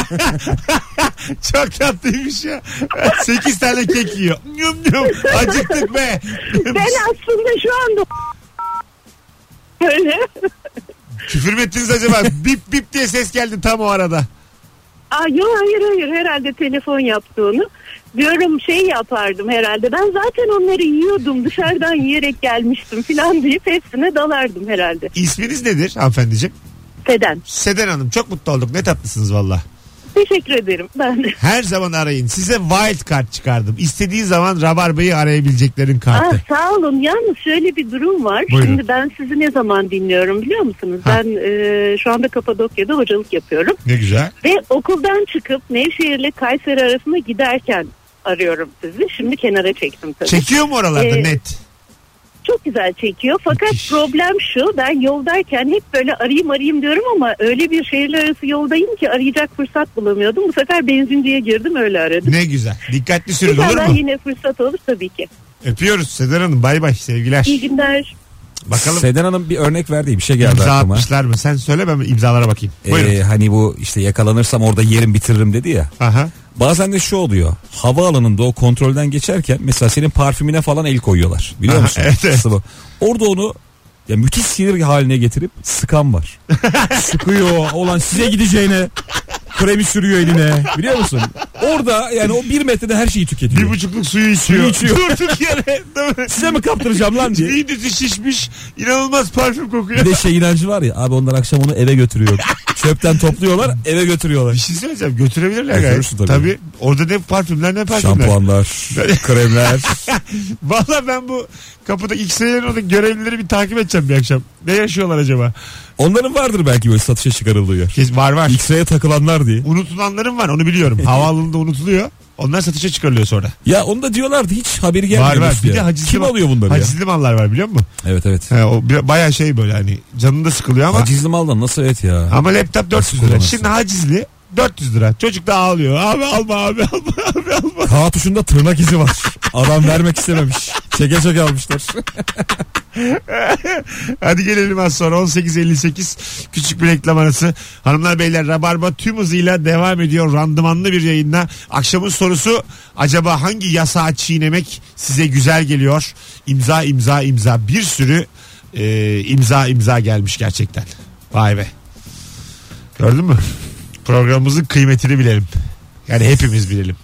Çok tatlıymış ya. 8 tane kek yiyor. Acıktık be. Ben aslında şu anda öyle. Küfür mü ettiniz acaba? Bip bip diye ses geldi tam o arada. Yok, hayır, herhalde telefon yaptı onu. Diyorum şey yapardım herhalde. Ben zaten onları yiyordum. Dışarıdan yiyerek gelmiştim falan deyip hepsine dalardım herhalde. İsminiz nedir hanımefendiciğim? Seden Hanım, çok mutlu olduk. Ne tatlısınız valla. Teşekkür ederim. Ben de. Her zaman arayın. Size wild card çıkardım. İstediği zaman Rabarba'yı arayabileceklerin kartı. Sağ olun. Yalnız şöyle bir durum var. Buyurun. Şimdi ben sizi ne zaman dinliyorum biliyor musunuz? Ben şu anda Kapadokya'da hocalık yapıyorum. Ne güzel. Ve okuldan çıkıp Nevşehir ile Kayseri arasında giderken arıyorum sizi. Şimdi kenara çektim tabii. Çekiyor mu oralarda net? Çok güzel çekiyor. Fakat problem şu, ben yoldayken hep böyle arayayım diyorum ama öyle bir şehirler arası yoldayım ki arayacak fırsat bulamıyordum. Bu sefer benzinciye girdim, öyle aradım. Ne güzel. Dikkatli sürün, olur mu? Yine fırsat olur tabii ki. Öpüyoruz Seden Hanım. Bay bay, sevgiler. İyi günler. Bakalım. Seden Hanım bir örnek verdiği bir şey geldi İmza aklıma. atmışlar mı? Sen söyle, ben imzalara bakayım. Buyurun. Hani bu işte yakalanırsam orada yerim bitiririm dedi ya. Aha. Bazen de şu oluyor. Havaalanında o kontrolden geçerken mesela senin parfümüne falan el koyuyorlar. Biliyor musun? Evet. Orada onu ya müthiş sinir haline getirip sıkan var. Sıkıyor. Olan size gideceğine kremi sürüyor eline. Biliyor musun? Orada yani o 1 metrede her şeyi tüketiyor. 1,5'luk suyu içiyor. Durduk yere. Size mi kaptıracağım lan diye. Midesi şişmiş. İnanılmaz parfüm kokuyor. Bir de şey inancı var ya. Abi onlar akşam onu eve götürüyor. Çöpten topluyorlar, eve götürüyorlar. Bir şey söyleyeceğim. Götürebilirler Götürürsün gayet. Tabii. Orada ne parfümler ne parfümler. Şampuanlar, kremler. Valla ben bu kapıda X-Ray'lerin orada görevlileri bir takip edeceğim bir akşam. Ne yaşıyorlar acaba? Onların vardır belki böyle satışa çıkarıldığı yer. Var. X-Ray'e takılanlar diye. Unutulanların var, onu biliyorum. Havaalanında unutuluyor. Onlar satışa çıkarılıyor sonra. Ya onu da diyorlardı, hiç haberi gelmiyor. Var. Bir de hacizli kim alıyor bunları hacizli mallar var, biliyor musun? Evet. O bayağı şey böyle, hani canını da sıkılıyor ama. Hacizli maldan nasıl ya. Ama laptop 400 lira. Şimdi hacizli 400 lira. Çocuk da ağlıyor. Abi alma. K tuşunda tırnak izi var. Adam vermek istememiş. Çeke almışlar. Hadi gelelim az sonra 18.58 küçük bir reklam arası. Hanımlar beyler, Rabarba tüm hızıyla devam ediyor randımanlı bir yayında. Akşamın sorusu, acaba hangi yasağı çiğnemek size güzel geliyor? İmza bir sürü imza gelmiş gerçekten. Vay be. Gördün mü? Programımızın kıymetini bilelim. Yani hepimiz bilelim.